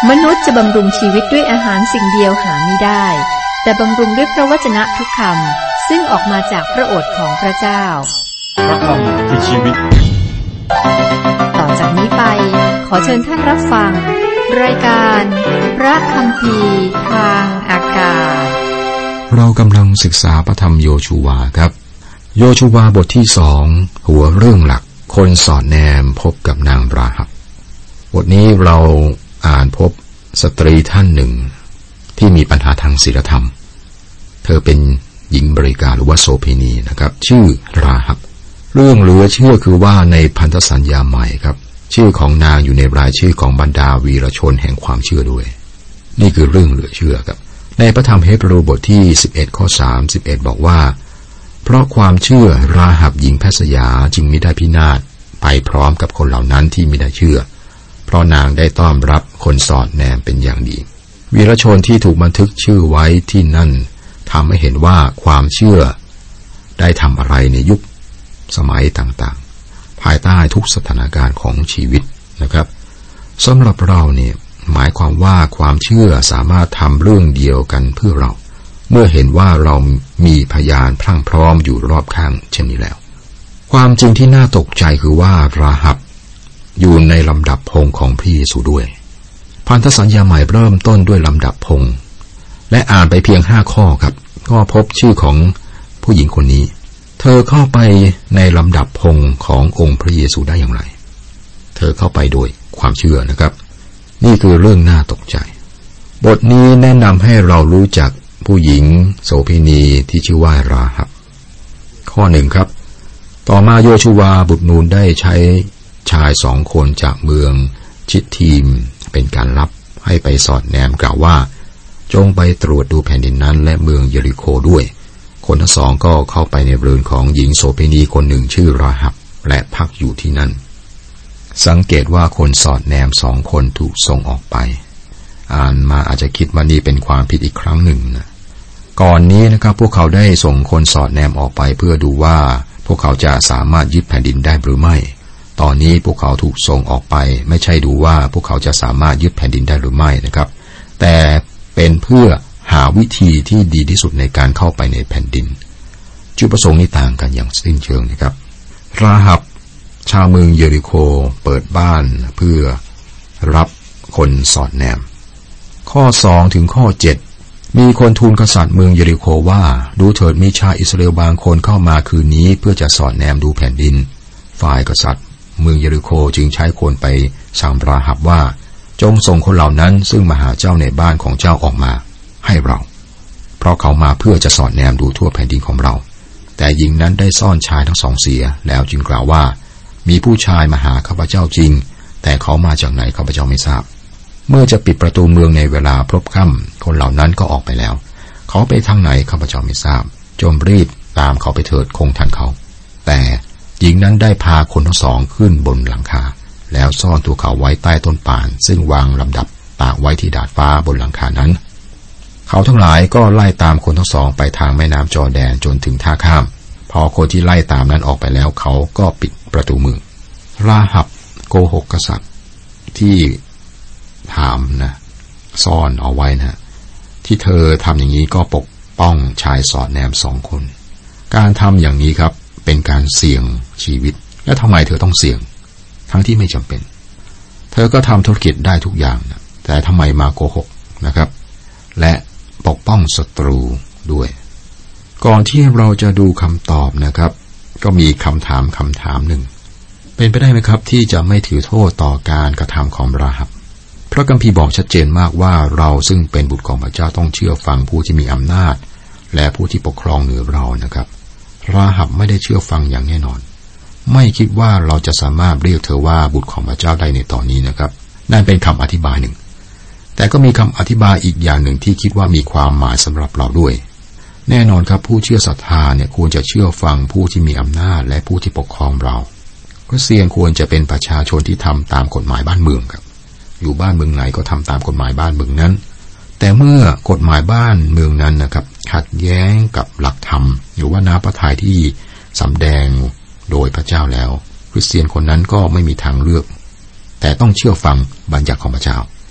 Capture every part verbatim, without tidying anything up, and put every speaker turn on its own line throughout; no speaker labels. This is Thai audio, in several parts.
มนุษย์จะบำรุงชีวิตด้วยอาหารสิ่งเดียวหาไม่ได้แต่บำรุงด้วยพระวจนะทุกคำซึ่งออกมาจากพระโอษฐ์ของพระเจ้า
พระคำคือชีวิต
ต่อจากนี้ไปขอเชิญท่านรับฟังรายการพระคัมภีร์ทางอากาศ
เรากำลังศึกษาพระธรรมโยชูวาครับโยชูวาบทที่สองหัวเรื่องหลักคนสอดแนมพบกับนางราฮับบทนี้เราอ่านพบสตรีท่านหนึ่งที่มีปัญหาทางศีลธรรมเธอเป็นหญิงบริการหรือว่าโสเภณีนะครับชื่อราฮับเรื่องเหลือเชื่อคือว่าในพันธสัญญาใหม่ครับชื่อของนางอยู่ในรายชื่อของบรรดาวีรชนแห่งความเชื่อด้วยนี่คือเรื่องเหลือเชื่อครับในพระธรรมเฮบรูบทที่สิบเอ็ดข้อสามสิบเอ็ดบอกว่าเพราะความเชื่อราฮับหญิงแพทย์สยาจึงมิได้พินาศไปพร้อมกับคนเหล่านั้นที่มิได้เชื่อเพราะนางได้ต้อนรับคนสอดแนมเป็นอย่างดีวีรชนที่ถูกบันทึกชื่อไว้ที่นั่นทำให้เห็นว่าความเชื่อได้ทำอะไรในยุคสมัยต่างๆภายใต้ทุกสถานการณ์ของชีวิตนะครับสำหรับเราเนี่ยหมายความว่าความเชื่อสามารถทำเรื่องเดียวกันเพื่อเราเมื่อเห็นว่าเรามีพยานพรั่งพร้อมอยู่รอบข้างเช่นนี้แล้วความจริงที่น่าตกใจคือว่าราฮับอยู่ในลำดับพงของพระเยซูด้วยพันธสัญญาใหม่เริ่มต้นด้วยลำดับพงและอ่านไปเพียงห้าข้อครับก็พบชื่อของผู้หญิงคนนี้เธอเข้าไปในลำดับพงขององค์พระเยซูได้อย่างไรเธอเข้าไปโดยความเชื่อนะครับนี่คือเรื่องน่าตกใจบทนี้แนะนำให้เรารู้จักผู้หญิงโสเภณีที่ชื่อว่าราฮับข้อหนึ่งครับต่อมาโยชูวาบุตรนูนได้ใช้ชายสองคนจากเมืองชิตทีมเป็นการรับให้ไปสอดแนมกล่าวว่าจงไปตรวจดูแผ่นดินนั้นและเมืองเยริโคด้วยคนทั้งสองก็เข้าไปในเรือนของหญิงโสเภณีคนหนึ่งชื่อราฮับและพักอยู่ที่นั่นสังเกตว่าคนสอดแนมสองคนถูกส่งออกไปอ่านมาอาจจะคิดว่านี่เป็นความผิดอีกครั้งหนึ่งนะก่อนนี้นะครับพวกเขาได้ส่งคนสอดแนมออกไปเพื่อดูว่าพวกเขาจะสามารถยึดแผ่นดินได้หรือไม่ตอนนี้พวกเขาถูกส่งออกไปไม่ใช่ดูว่าพวกเขาจะสามารถยึดแผ่นดินได้หรือไม่นะครับแต่เป็นเพื่อหาวิธีที่ดีที่สุดในการเข้าไปในแผ่นดินจุดประสงค์นี้ต่างกันอย่างสิ้นเชิงนะครับราฮับชาวเมืองเยริโคเปิดบ้านเพื่อรับคนสอดแนมข้อสองถึงข้อเจ็ดมีคนทูลกษัตริย์เมืองเยริโคว่าดูเถิดมีชาวอิสราเอลบางคนเข้ามาคืนนี้เพื่อจะสอดแนมดูแผ่นดินฝ่ายกษัตริย์เมืองเยริโคจึงใช้คนไปสั่งราฮับว่าจงส่งคนเหล่านั้นซึ่งมาหาเจ้าในบ้านของเจ้าออกมาให้เราเพราะเขามาเพื่อจะสอดแนมดูทั่วแผ่นดินของเราแต่หญิงนั้นได้ซ่อนชายทั้งสองเสียแล้วจึงกล่าวว่ามีผู้ชายมาหาข้าพเจ้าจริงแต่เขามาจากไหนข้าพเจ้าไม่ทราบเมื่อจะปิดประตูเมืองในเวลาพลบค่ำคนเหล่านั้นก็ออกไปแล้วเขาไปทางไหนข้าพเจ้าไม่ทราบจงรีบตามเขาไปเถิดคงทันเขาแต่หญิงนั้นได้พาคนทั้งสองขึ้นบนหลังคาแล้วซ่อนตัวเขาไว้ใต้ต้นป่านซึ่งวางลำดับตากไว้ที่ดาดฟ้าบนหลังคานั้นเขาทั้งหลายก็ไล่ตามคนทั้งสองไปทางแม่น้ำจอร์แดนจนถึงท่าข้ามพอคนที่ไล่ตามนั้นออกไปแล้วเขาก็ปิดประตูเมืองราฮับโกหกกษัตริย์ที่ถามนะซ่อนเอาไว้นะที่เธอทำอย่างนี้ก็ปกป้องชายสอดแนมสองคนการทำอย่างนี้ครับเป็นการเสี่ยงชีวิตและทำไมเธอต้องเสี่ยงทั้งที่ไม่จำเป็นเธอก็ทำธุรกิจได้ทุกอย่างนะแต่ทำไมมาโกหกนะครับและปกป้องศัตรูด้วยก่อนที่เราจะดูคำตอบนะครับก็มีคำถามคำถามหนึ่งเป็นไปได้ไหมครับที่จะไม่ถือโทษต่อการกระทำของราฮับพระคัมภีร์บอกชัดเจนมากว่าเราซึ่งเป็นบุตรของพระเจ้าต้องเชื่อฟังผู้ที่มีอำนาจและผู้ที่ปกครองเหนือเรานะครับราฮับไม่ได้เชื่อฟังอย่างแน่นอนไม่คิดว่าเราจะสามารถเรียกเธอว่าบุตรของพระเจ้าได้ในตอนนี้นะครับนั่นเป็นคำอธิบายหนึ่งแต่ก็มีคำอธิบายอีกอย่างหนึ่งที่คิดว่ามีความหมายสำหรับเราด้วยแน่นอนครับผู้เชื่อศรัทธาเนี่ยควรจะเชื่อฟังผู้ที่มีอำนาจและผู้ที่ปกครองเราคริสเตียนควรจะเป็นประชาชนที่ทำตามกฎหมายบ้านเมืองครับอยู่บ้านเมืองไหนก็ทำตามกฎหมายบ้านเมืองนั้นแต่เมื่อกฎหมายบ้านเมืองนั้นนะครับขัดแย้งกับหลักธรรมหรือว่าน้ำพระทัยที่สำแดงโดยพระเจ้าแล้วคริสเตียนคนนั้นก็ไม่มีทางเลือกแต่ต้องเชื่อฟังบัญญัติของพระเจ้า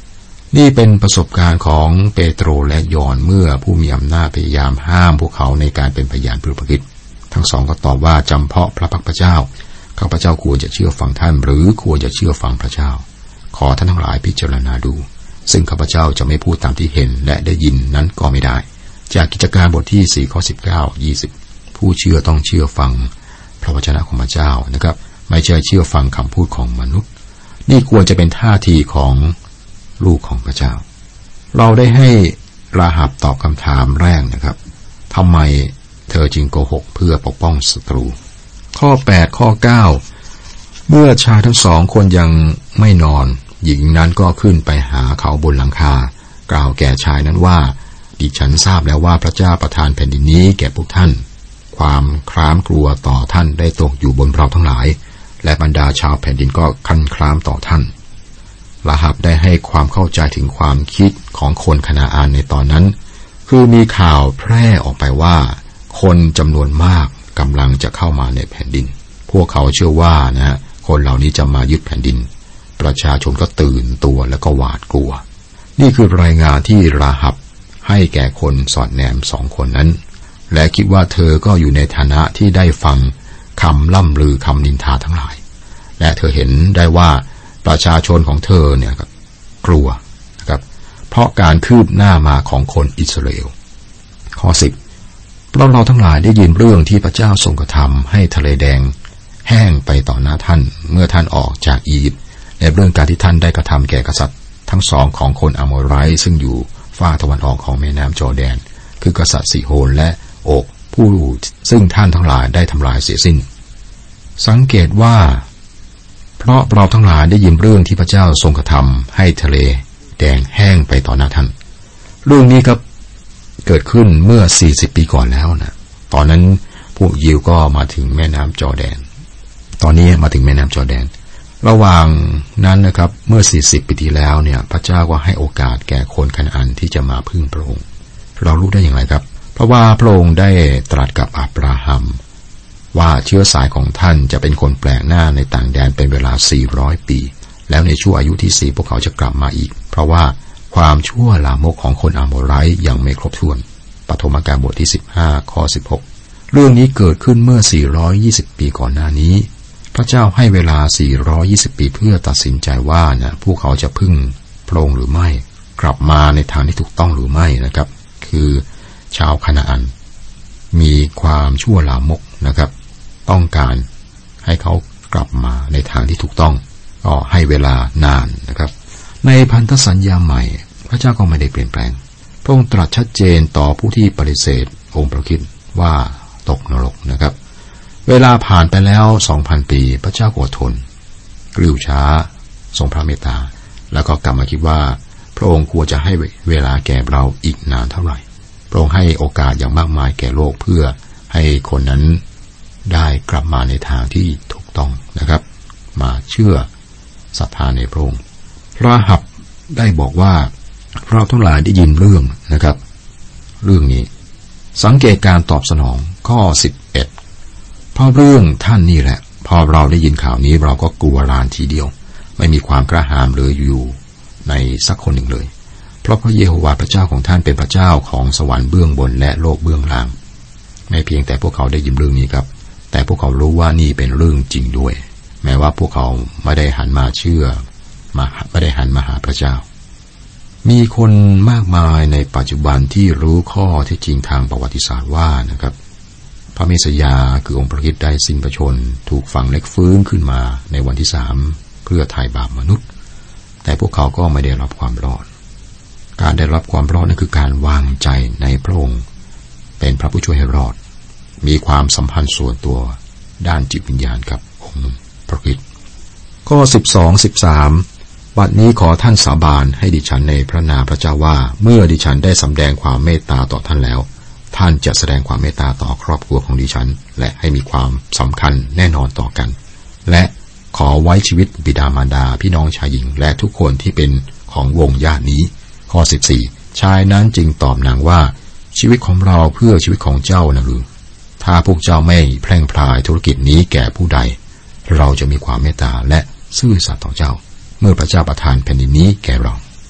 นี่เป็นประสบการณ์ของเปโตรและยอห์นเมื่อผู้มีอำนาจพยายามห้ามพวกเขาในการเป็นพยานเพื่อพระคริสต์ทั้งสองก็ตอบว่าจำเพาะพระพักพระเจ้าข้าพเจ้าควรจะเชื่อฟังท่านหรือควรจะเชื่อฟังพระเจ้าขอท่านทั้งหลายพิจารณาดูซึ่งข้าพเจ้าจะไม่พูดตามที่เห็นและได้ยินนั้นก็ไม่ได้จากกิจการบทที่สี่ข้อสิบเก้า ยี่สิบผู้เชื่อต้องเชื่อฟังพระวจนะของพระเจ้านะครับไม่ใช่เชื่อฟังคำพูดของมนุษย์นี่ควรจะเป็นท่าทีของลูกของพระเจ้าเราได้ให้ราหับตอบคำถามแรกนะครับทำไมเธอจึงโกหกเพื่อปกป้องศัตรูข้อแปดข้อเก้าเมื่อชายทั้งสองคนยังไม่นอนหญิงนั้นก็ขึ้นไปหาเขาบนหลังคากล่าวแก่ชายนั้นว่าดิฉันทราบแล้วว่าพระเจ้าประทานแผ่นดินนี้แก่พวกท่านความคร้ามกลัวต่อท่านได้ตกอยู่บนเราทั้งหลายและบรรดาชาวแผ่นดินก็คันคร้ามต่อท่านราหับได้ให้ความเข้าใจถึงความคิดของคนคณาอันในตอนนั้นคือมีข่าวแพร่ออกไปว่าคนจำนวนมากกำลังจะเข้ามาในแผ่นดินพวกเขาเชื่อว่านะคนเหล่านี้จะมายึดแผ่นดินประชาชนก็ตื่นตัวแล้วก็หวาดกลัวนี่คือรายงานที่ราหับให้แก่คนสอดแนมสองคนนั้นและคิดว่าเธอก็อยู่ในฐานะที่ได้ฟังคำล่ำลือคำนินทาทั้งหลายและเธอเห็นได้ว่าประชาชนของเธอเนี่ยกลัวนะครับเพราะการคืบหน้ามาของคนอิสราเอลข้อสิบเพราะเราทั้งหลายได้ยินเรื่องที่พระเจ้าทรงกระทำให้ทะเลแดงแห้งไปต่อหน้าท่านเมื่อท่านออกจากอียิปต์และเรื่องการที่ท่านได้กระทำแก่กษัตริย์ทั้งสองของคนอาโมไรต์ซึ่งอยู่ฝั่งตะวันออกของแม่น้ำจอร์แดนคือกษัตริย์สิโฮนและโอกผู้ซึ่งท่านทั้งหลายได้ทำลายเสียสิ้นสังเกตว่าเพราะเราทั้งหลายได้ยินเรื่องที่พระเจ้าทรงกระทำให้ทะเลแดงแห้งไปต่อหน้าท่านเรื่องนี้ครับเกิดขึ้นเมื่อสี่สิบปีก่อนแล้วนะตอนนั้นพวกยิวก็มาถึงแม่น้ำจอร์แดนตอนนี้มาถึงแม่น้ำจอร์แดนระหว่างนั้นนะครับเมื่อสี่สิบปีที่แล้วเนี่ยพระเจ้าก็ให้โอกาสแก่คนคณาอันที่จะมาพึ่งพระองค์เรารู้ได้อย่างไรครับเพราะว่าพระองค์ได้ตรัสกับอับราฮัมว่าเชื้อสายของท่านจะเป็นคนแปลกหน้าในต่างแดนเป็นเวลาสี่ร้อยปีแล้วในช่วงอายุที่สี่พวกเขาจะกลับมาอีกเพราะว่าความชั่วลามกของคนอาโมไรต์ยังไม่ครบถ้วนปฐมกาลบทที่สิบห้าข้อสิบหกเรื่องนี้เกิดขึ้นเมื่อสี่ร้อยยี่สิบปีก่อนหน้านี้พระเจ้าให้เวลาสี่ร้อยยี่สิบปีเพื่อตัดสินใจว่านะพวกเขาจะพึ่งพระองค์หรือไม่กลับมาในทางที่ถูกต้องหรือไม่นะครับคือชาวคณาอันมีความชั่วลามกนะครับต้องการให้เขากลับมาในทางที่ถูกต้องก็ให้เวลานานนะครับในพันธสัญญาใหม่พระเจ้าก็ไม่ได้เปลี่ยนแปลงพระองค์ตรัสชัดเจนต่อผู้ที่ปฏิเสธองค์พระคริสต์ว่าตกนรกนะครับเวลาผ่านไปแล้ว สองพัน ปีพระเจ้าอดทนกลิ้วช้าทรงพระเมตตาแล้วก็กลับมาคิดว่าพระองค์ควรจะให้เวลาแก่เราอีกนานเท่าไหร่พระองค์ให้โอกาสอย่างมากมายแก่โลกเพื่อให้คนนั้นได้กลับมาในทางที่ถูกต้องนะครับมาเชื่อศรัทธาในพระองค์ราหับได้บอกว่าเราทั้งหลายได้ยินเรื่องนะครับเรื่องนี้สังเกตการตอบสนองข้อสิบเอ็ดเพราะเรื่องท่านนี่แหละพอเราได้ยินข่าวนี้เราก็กลัวลานทีเดียวไม่มีความกระหายเหลืออยู่ในสักคนหนึ่งเลยเพราะพระเยโฮวาห์พระเจ้าของท่านเป็นพระเจ้าของสวรรค์เบื้องบนและโลกเบื้องล่างไม่เพียงแต่พวกเขาได้ยินเรื่องนี้ครับแต่พวกเขารู้ว่านี่เป็นเรื่องจริงด้วยแม้ว่าพวกเขาไม่ได้หันมาเชื่อมาไม่ได้หันมาหาพระเจ้ามีคนมากมายในปัจจุบันที่รู้ข้อที่จริงทางประวัติศาสตร์ว่านะครับพระเมสยาคือองค์พระคริสต์ได้สิ้นพระชนม์ถูกฝังเล็กฟื้นขึ้นมาในวันที่สามเพื่อไถ่บาปมนุษย์แต่พวกเขาก็ไม่ได้รับความรอดการได้รับความรอดนั่นคือการวางใจในพระองค์เป็นพระผู้ช่วยให้รอดมีความสัมพันธ์ส่วนตัวด้านจิตวิญญาณกับองค์พระคริสต์ข้อสิบสอง สิบสามบัดนี้ขอท่านสาบานให้ดิฉันในพระนามพระเจ้าว่าเมื่อดิฉันได้สำแดงความเมตตาต่อท่านแล้วท่านจะแสดงความเมตตาต่อครอบครัวของดิฉันและให้มีความสำคัญแน่นอนต่อกันและขอไว้ชีวิตบิดามารดาพี่น้องชายหญิงและทุกคนที่เป็นของวงญาตินี้ข้อสิบสี่ชายนั้นจึงตอบนางว่าชีวิตของเราเพื่อชีวิตของเจ้านะหรือถ้าพวกเจ้าไม่แพร่งพรายธุรกิจนี้แก่ผู้ใดเราจะมีความเมตตาและซื่อสัตย์ต่อเจ้าเมื่อพระเจ้าประทานแผ่นดินนี้แก่เรา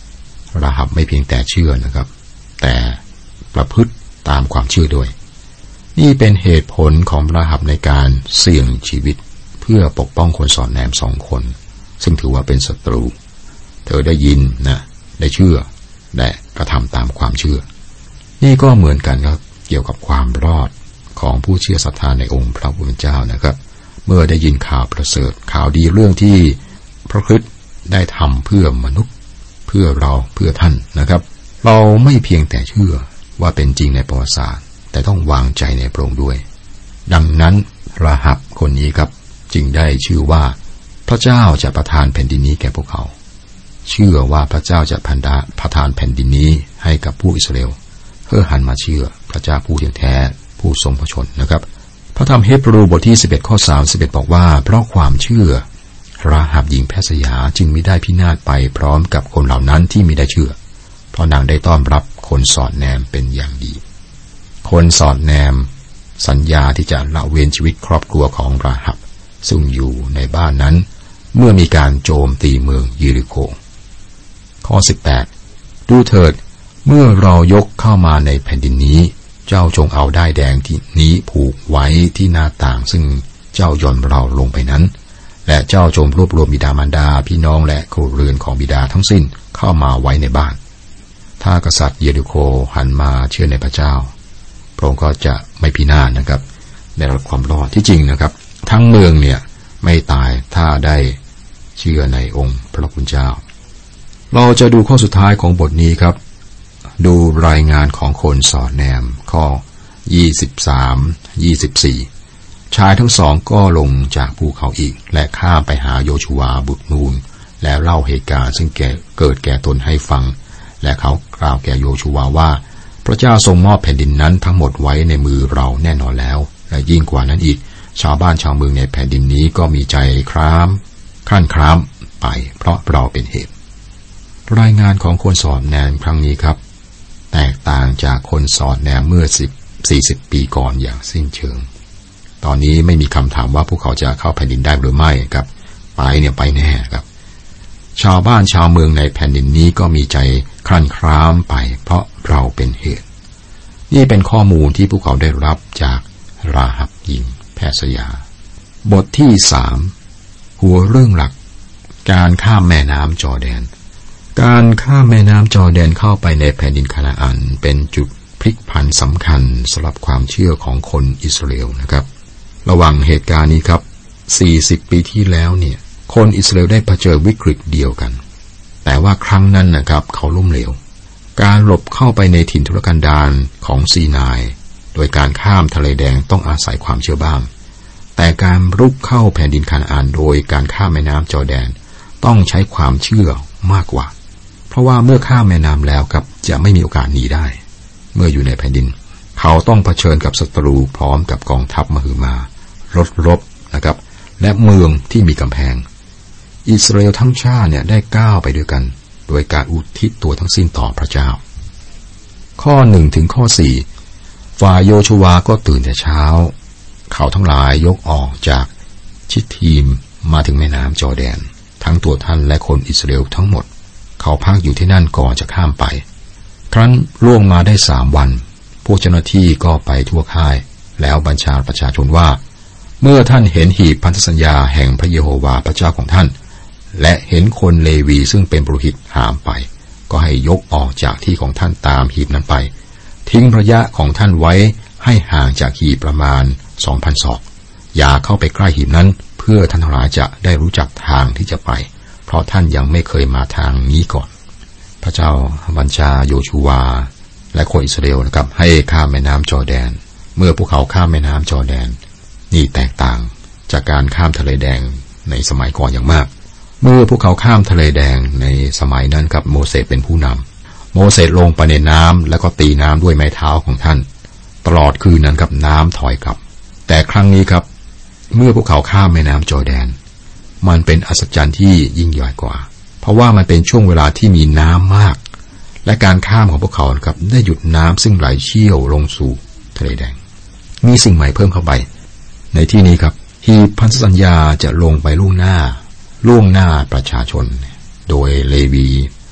ราหับไม่เพียงแต่เชื่อนะครับแต่ประพฤติตามความเชื่อด้วยนี่เป็นเหตุผลของราหับในการเสี่ยงชีวิตเพื่อปกป้องคนสอดแนมสองคนซึ่งถือว่าเป็นศัตรูเธอได้ยินนะได้เชื่อและกระทำตามความเชื่อนี่ก็เหมือนกันครับเกี่ยวกับความรอดของผู้เชื่อศรัทธาในองค์พระผู้เป็นเจ้านะครับเมื่อได้ยินข่าวประเสริฐข่าวดีเรื่องที่พระคริสต์ได้ทำเพื่อมนุษย์เพื่อเราเพื่อท่านนะครับเราไม่เพียงแต่เชื่อว่าเป็นจริงในประวัติศาสตร์แต่ต้องวางใจในพระองค์ด้วยดังนั้นราหับคนนี้ครับจึงได้ชื่อว่าพระเจ้าจะประทานแผ่นดินนี้แก่พวกเขาเชื่อว่าพระเจ้าจะประทานแผ่นดินนี้ให้กับผู้อิสราเอลเพื่อหันมาเชื่อพระเจ้าผู้เที่ยงแท้ผู้ทรงพระชนนะครับพระธรรมเฮบรูบทที่สิบเอ็ดข้อสามสิบเอ็ดบอกว่าเพราะความเชื่อราหับหญิงแพทย์สยาจึงไม่ได้พินาศไปพร้อมกับคนเหล่านั้นที่ไม่ได้เชื่อเพราะนางได้ต้อนรับคนสอดแนมเป็นอย่างดีคนสอดแนมสัญญาที่จะละเว้นชีวิตครอบครัวของราหับซึ่งอยู่ในบ้านนั้นเมื่อมีการโจมตีเมืองเยริโคข้อสิบแปดดูเถิดเมื่อเรายกเข้ามาในแผ่นดินนี้เจ้าจงเอาด้ายแดงที่นี้ผูกไว้ที่หน้าต่างซึ่งเจ้าย่อนเราลงไปนั้นและเจ้าจงรวบรวมบิดามารดาพี่น้องและครัวเรือนของบิดาทั้งสิ้นเข้ามาไว้ในบ้านถ้ากษัตริย์เยริโคหันมาเชื่อในพระเจ้าพระองค์ก็จะไม่พินาศนะครับได้รับความรอดที่จริงนะครับทั้งเมืองเนี่ยไม่ตายถ้าได้เชื่อในองค์พระผู้เป็นเจ้าเราจะดูข้อสุดท้ายของบทนี้ครับดูรายงานของคนสอดแนมข้อยี่สิบสาม ยี่สิบสี่ชายทั้งสองก็ลงจากภูเขาอีกและข้ามไปหาโยชูวาบุตรนูนแล้วเล่าเหตุการณ์ซึ่งเกิดแก่ตนให้ฟังและเขากล่าวแก่โยชูวาว่าพระเจ้าทรงมอบแผ่นดินนั้นทั้งหมดไว้ในมือเราแน่นอนแล้วและยิ่งกว่านั้นอีกชาวบ้านชาวเมืองในแผ่นดินนี้ก็มีใจคร้ามครั่นคร้ามไปเพราะเราเป็นเหตุรายงานของคนสอดแนมครั้งนี้ครับแตกต่างจากคนสอดแนมเมื่อสิบ สี่สิบปีก่อนอย่างสิ้นเชิงตอนนี้ไม่มีคำถามว่าพวกเขาจะเข้าแผ่นดินได้หรือไม่ครับไปเนี่ยไปแน่ครับชาวบ้านชาวเมืองในแผ่นดินนี้ก็มีใจครั่นคร้ามไปเพราะเราเป็นเหตุนี่เป็นข้อมูลที่พวกเขาได้รับจากราหับหญิงแพทย์สยาบทที่สามหัวเรื่องหลักการข้ามแม่น้ำจอร์แดนการข้ามแม่น้ำจอร์แดนเข้าไปในแผ่นดินคานาอันเป็นจุดพลิกผันสำคัญสำหรับความเชื่อของคนอิสราเอลนะครับระหว่างเหตุการณ์นี้ครับสี่สิบปีที่แล้วเนี่ยคนอิสราเอลได้เผชิญวิกฤตเดียวกันแต่ว่าครั้งนั้นนะครับเขาล้มเหลวการหลบเข้าไปในถิ่นทุรกันดารของซีนายโดยการข้ามทะเลแดงต้องอาศัยความเชื่อบ้างแต่การรุกเข้าแผ่นดินคานาอันโดยการข้ามแม่น้ำจอร์แดนต้องใช้ความเชื่อมากกว่าเพราะว่าเมื่อข้ามแม่น้ำแล้วครับจะไม่มีโอกาสหนีได้เมื่ออยู่ในแผ่นดินเขาต้องเผชิญกับศัตรูพร้อมกับกองทัพมหึมารถรบนะครับและเมืองที่มีกำแพงอิสราเอลทั้งชาติเนี่ยได้ก้าวไปด้วยกันโดยการอุทิศตัวทั้งสิ้นต่อพระเจ้าข้อหนึ่งถึงข้อสี่ฝ่ายโยชูวาก็ตื่นแต่เช้าเขาทั้งหลายยกออกจากชิตทีมมาถึงแม่น้ำจอร์แดนทั้งตัวท่านและคนอิสราเอลทั้งหมดเขาพักอยู่ที่นั่นก่อนจะข้ามไปครั้นล่วงมาได้สามวันพวกเจ้าหน้าที่ก็ไปทั่วค่ายแล้วบัญชาประชาชนว่าเมื่อท่านเห็นหีบพันธสัญญาแห่งพระเยโฮวาห์พระเจ้าของท่านและเห็นคนเลวีซึ่งเป็นปุโรหิตหามไปก็ให้ยกออกจากที่ของท่านตามหีบนั้นไปทิ้งระยะของท่านไว้ให้ห่างจากหีบประมาณ สองพัน ศอกอย่าเข้าไปใกล้หีบนั้นเพื่อท่านทั้งหลายจะได้รู้จักทางที่จะไปเพราะท่านยังไม่เคยมาทางนี้ก่อนพระเจ้าบัญชาโยชูวาและคนอิสราเอลนะครับให้ข้ามแม่น้ำจอร์แดนเมื่อพวกเขาข้ามแม่น้ำจอร์แดนนี่แตกต่างจากการข้ามทะเลแดงในสมัยก่อนอย่างมากเมื่อพวกเขาข้ามทะเลแดงในสมัยนั้นกับโมเสสเป็นผู้นำโมเสสลงไปในน้ำแล้วก็ตีน้ำด้วยไม้เท้าของท่านตลอดคืนนั้นกับน้ำถอยกลับแต่ครั้งนี้ครับเมื่อพวกเขาข้ามแม่น้ำจอร์แดนมันเป็นอัศจรรย์ที่ยิ่งใหญ่กว่าเพราะว่ามันเป็นช่วงเวลาที่มีน้ำมากและการข้ามของพวกเขาครับได้หยุดน้ำซึ่งไหลเชี่ยวลงสู่ทะเลแดงมีสิ่งใหม่เพิ่มเข้าไปในที่นี้ครับหีบพันธสัญญาจะลงไปล่วงหน้าล่วงหน้าประชาชนโดยเลวี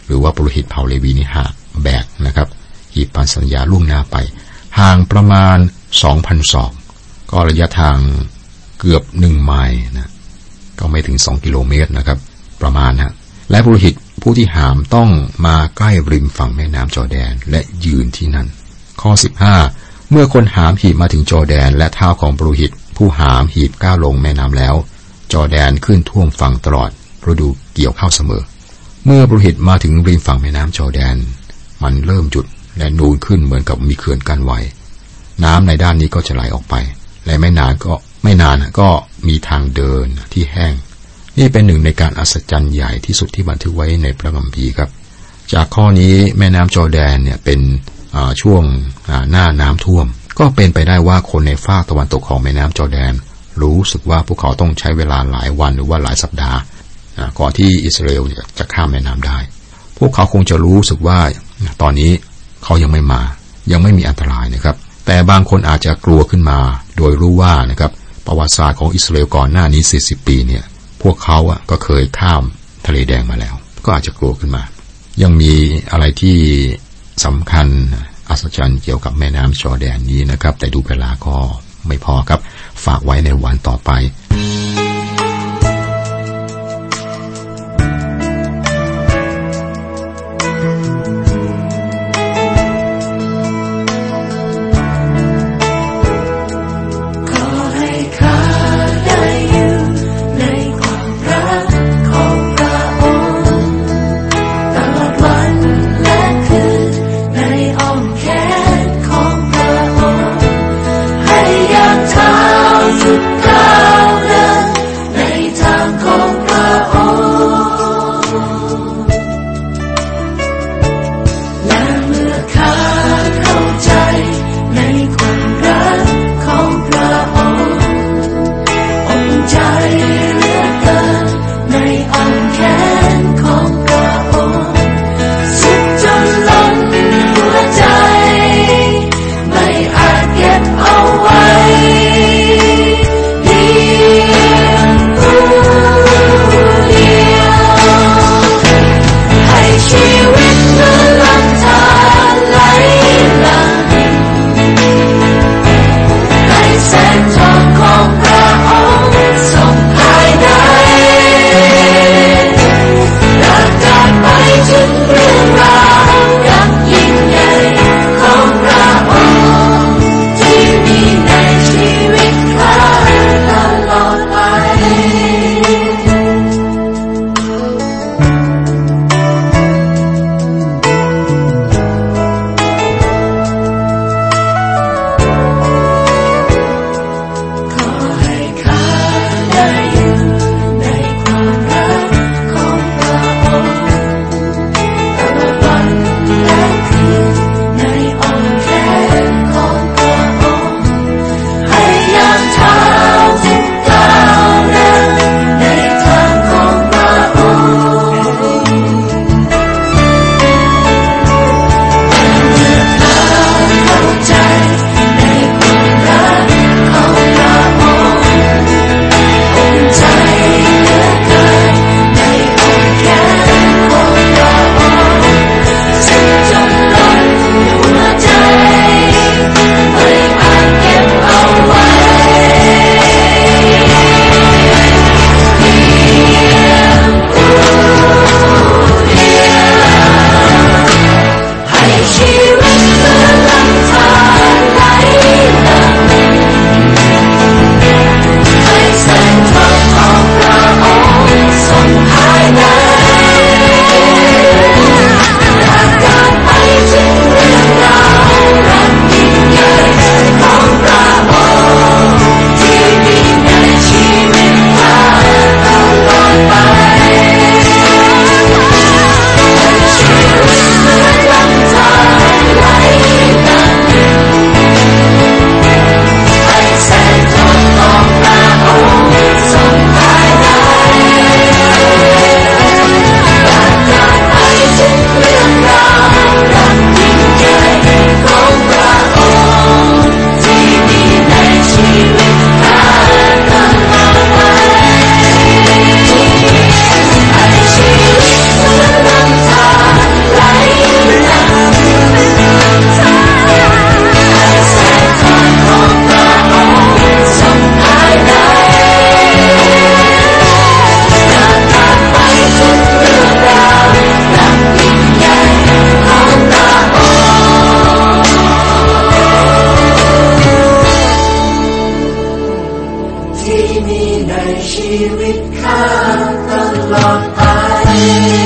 หรือว่าปุโรหิตเผ่าเลวีนี่หาแบกนะครับหีบพันธสัญญาล่วงหน้าไปห่างประมาณ สองพัน ศอกก็ระยะทางเกือบหนึ่งไมล์นะก็ไม่ถึงสองกิโลเมตรนะครับประมาณนะและปุโรหิตผู้ที่หามต้องมาใกล้ริมฝั่งแม่น้ำจอร์แดนและยืนที่นั่นข้อสิบห้าเมื่อคนหามหีบมาถึงจอร์แดนและเท้าของปุโรหิตผู้หามหีบก้าวลงแม่น้ำแล้วจอร์แดนขึ้นท่วมฝั่งตลอดฤดูเกี่ยวข้าวเสมอเมื่อปุโรหิตมาถึงริมฝั่งแม่น้ำจอร์แดนมันเริ่มจุดและนูนขึ้นเหมือนกับมีเขื่อนกั้นไว้น้ำในด้านนี้ก็จะไหลออกไปและไม่นานก็ไม่นานก็มีทางเดินที่แห้งนี่เป็นหนึ่งในการอัศจรรย์ใหญ่ที่สุดที่บันทึกไว้ในพระคัมภีร์ครับจากข้อนี้แม่น้ำจอร์แดนเนี่ยเป็นช่วงหน้าน้ำท่วมก็เป็นไปได้ว่าคนในฝากตะวันตกของแม่น้ำจอร์แดนรู้สึกว่าพวกเขาต้องใช้เวลาหลายวันหรือว่าหลายสัปดาห์ก่อนที่อิสราเอลจะข้ามแม่น้ำได้พวกเขาคงจะรู้สึกว่าตอนนี้เขายังไม่มายังไม่มีอันตรายนะครับแต่บางคนอาจจะกลัวขึ้นมาโดยรู้ว่านะครับประวัติศาสตร์ของอิสราเอลก่อนหน้านี้สี่สิบปีเนี่ยพวกเขาอ่ะก็เคยข้ามทะเลแดงมาแล้วก็อาจจะกลัวขึ้นมายังมีอะไรที่สำคัญอัศจรรย์เกี่ยวกับแม่น้ำจอร์แดนนี้นะครับแต่ดูเวลาก็ไม่พอครับฝากไว้ในวันต่อไป
สุดก้าวเดินย